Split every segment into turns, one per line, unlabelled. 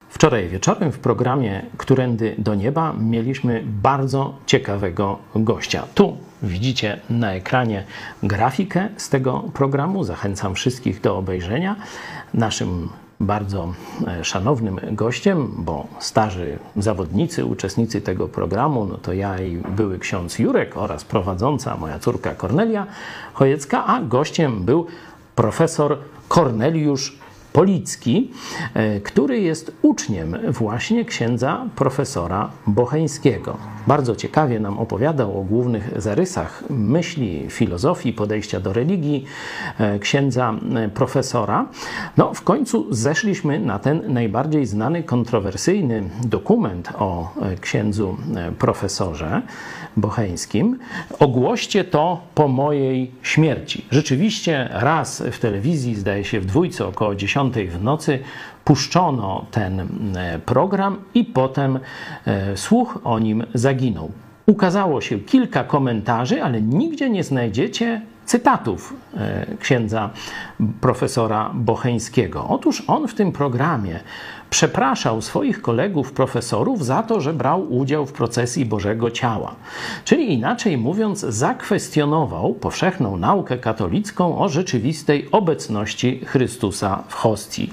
Wczoraj wieczorem w programie Którędy do nieba mieliśmy bardzo ciekawego gościa. Tu widzicie na ekranie grafikę z tego programu. Zachęcam wszystkich do obejrzenia. Naszym bardzo szanownym gościem, bo starzy zawodnicy, uczestnicy tego programu, no to ja i były ksiądz Jurek oraz prowadząca moja córka Kornelia Chojecka, a gościem był profesor Korneliusz Policki, który jest uczniem właśnie księdza profesora Bocheńskiego. Bardzo ciekawie nam opowiadał o głównych zarysach myśli, filozofii, podejścia do religii księdza profesora. No, w końcu zeszliśmy na ten najbardziej znany, kontrowersyjny dokument o księdzu profesorze Bocheńskim. Ogłoście to po mojej śmierci. Rzeczywiście raz w telewizji, zdaje się w Dwójce, około 10 w nocy, puszczono ten program i potem słuch o nim zaginął. Ukazało się kilka komentarzy, ale nigdzie nie znajdziecie cytatów księdza profesora Bocheńskiego. Otóż on w tym programie przepraszał swoich kolegów profesorów za to, że brał udział w procesji Bożego Ciała. Czyli inaczej mówiąc, zakwestionował powszechną naukę katolicką o rzeczywistej obecności Chrystusa w hostii,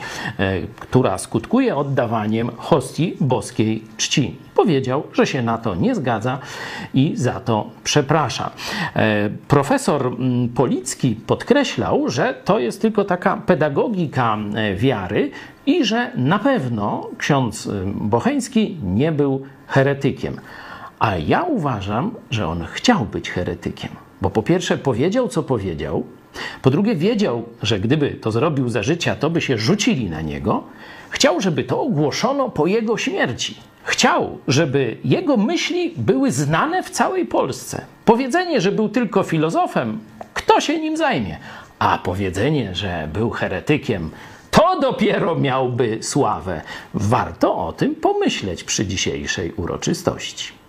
która skutkuje oddawaniem hostii boskiej czci. Powiedział, że się na to nie zgadza i za to przeprasza. Profesor Policki podkreślał, że to jest tylko taka pedagogika wiary i że na pewno ksiądz Bocheński nie był heretykiem. A ja uważam, że on chciał być heretykiem, bo po pierwsze powiedział, co powiedział, po drugie wiedział, że gdyby to zrobił za życia, to by się rzucili na niego. Chciał, żeby to ogłoszono po jego śmierci. Chciał, żeby jego myśli były znane w całej Polsce. Powiedzenie, że był tylko filozofem, kto się nim zajmie? A powiedzenie, że był heretykiem, to dopiero miałby sławę. Warto o tym pomyśleć przy dzisiejszej uroczystości.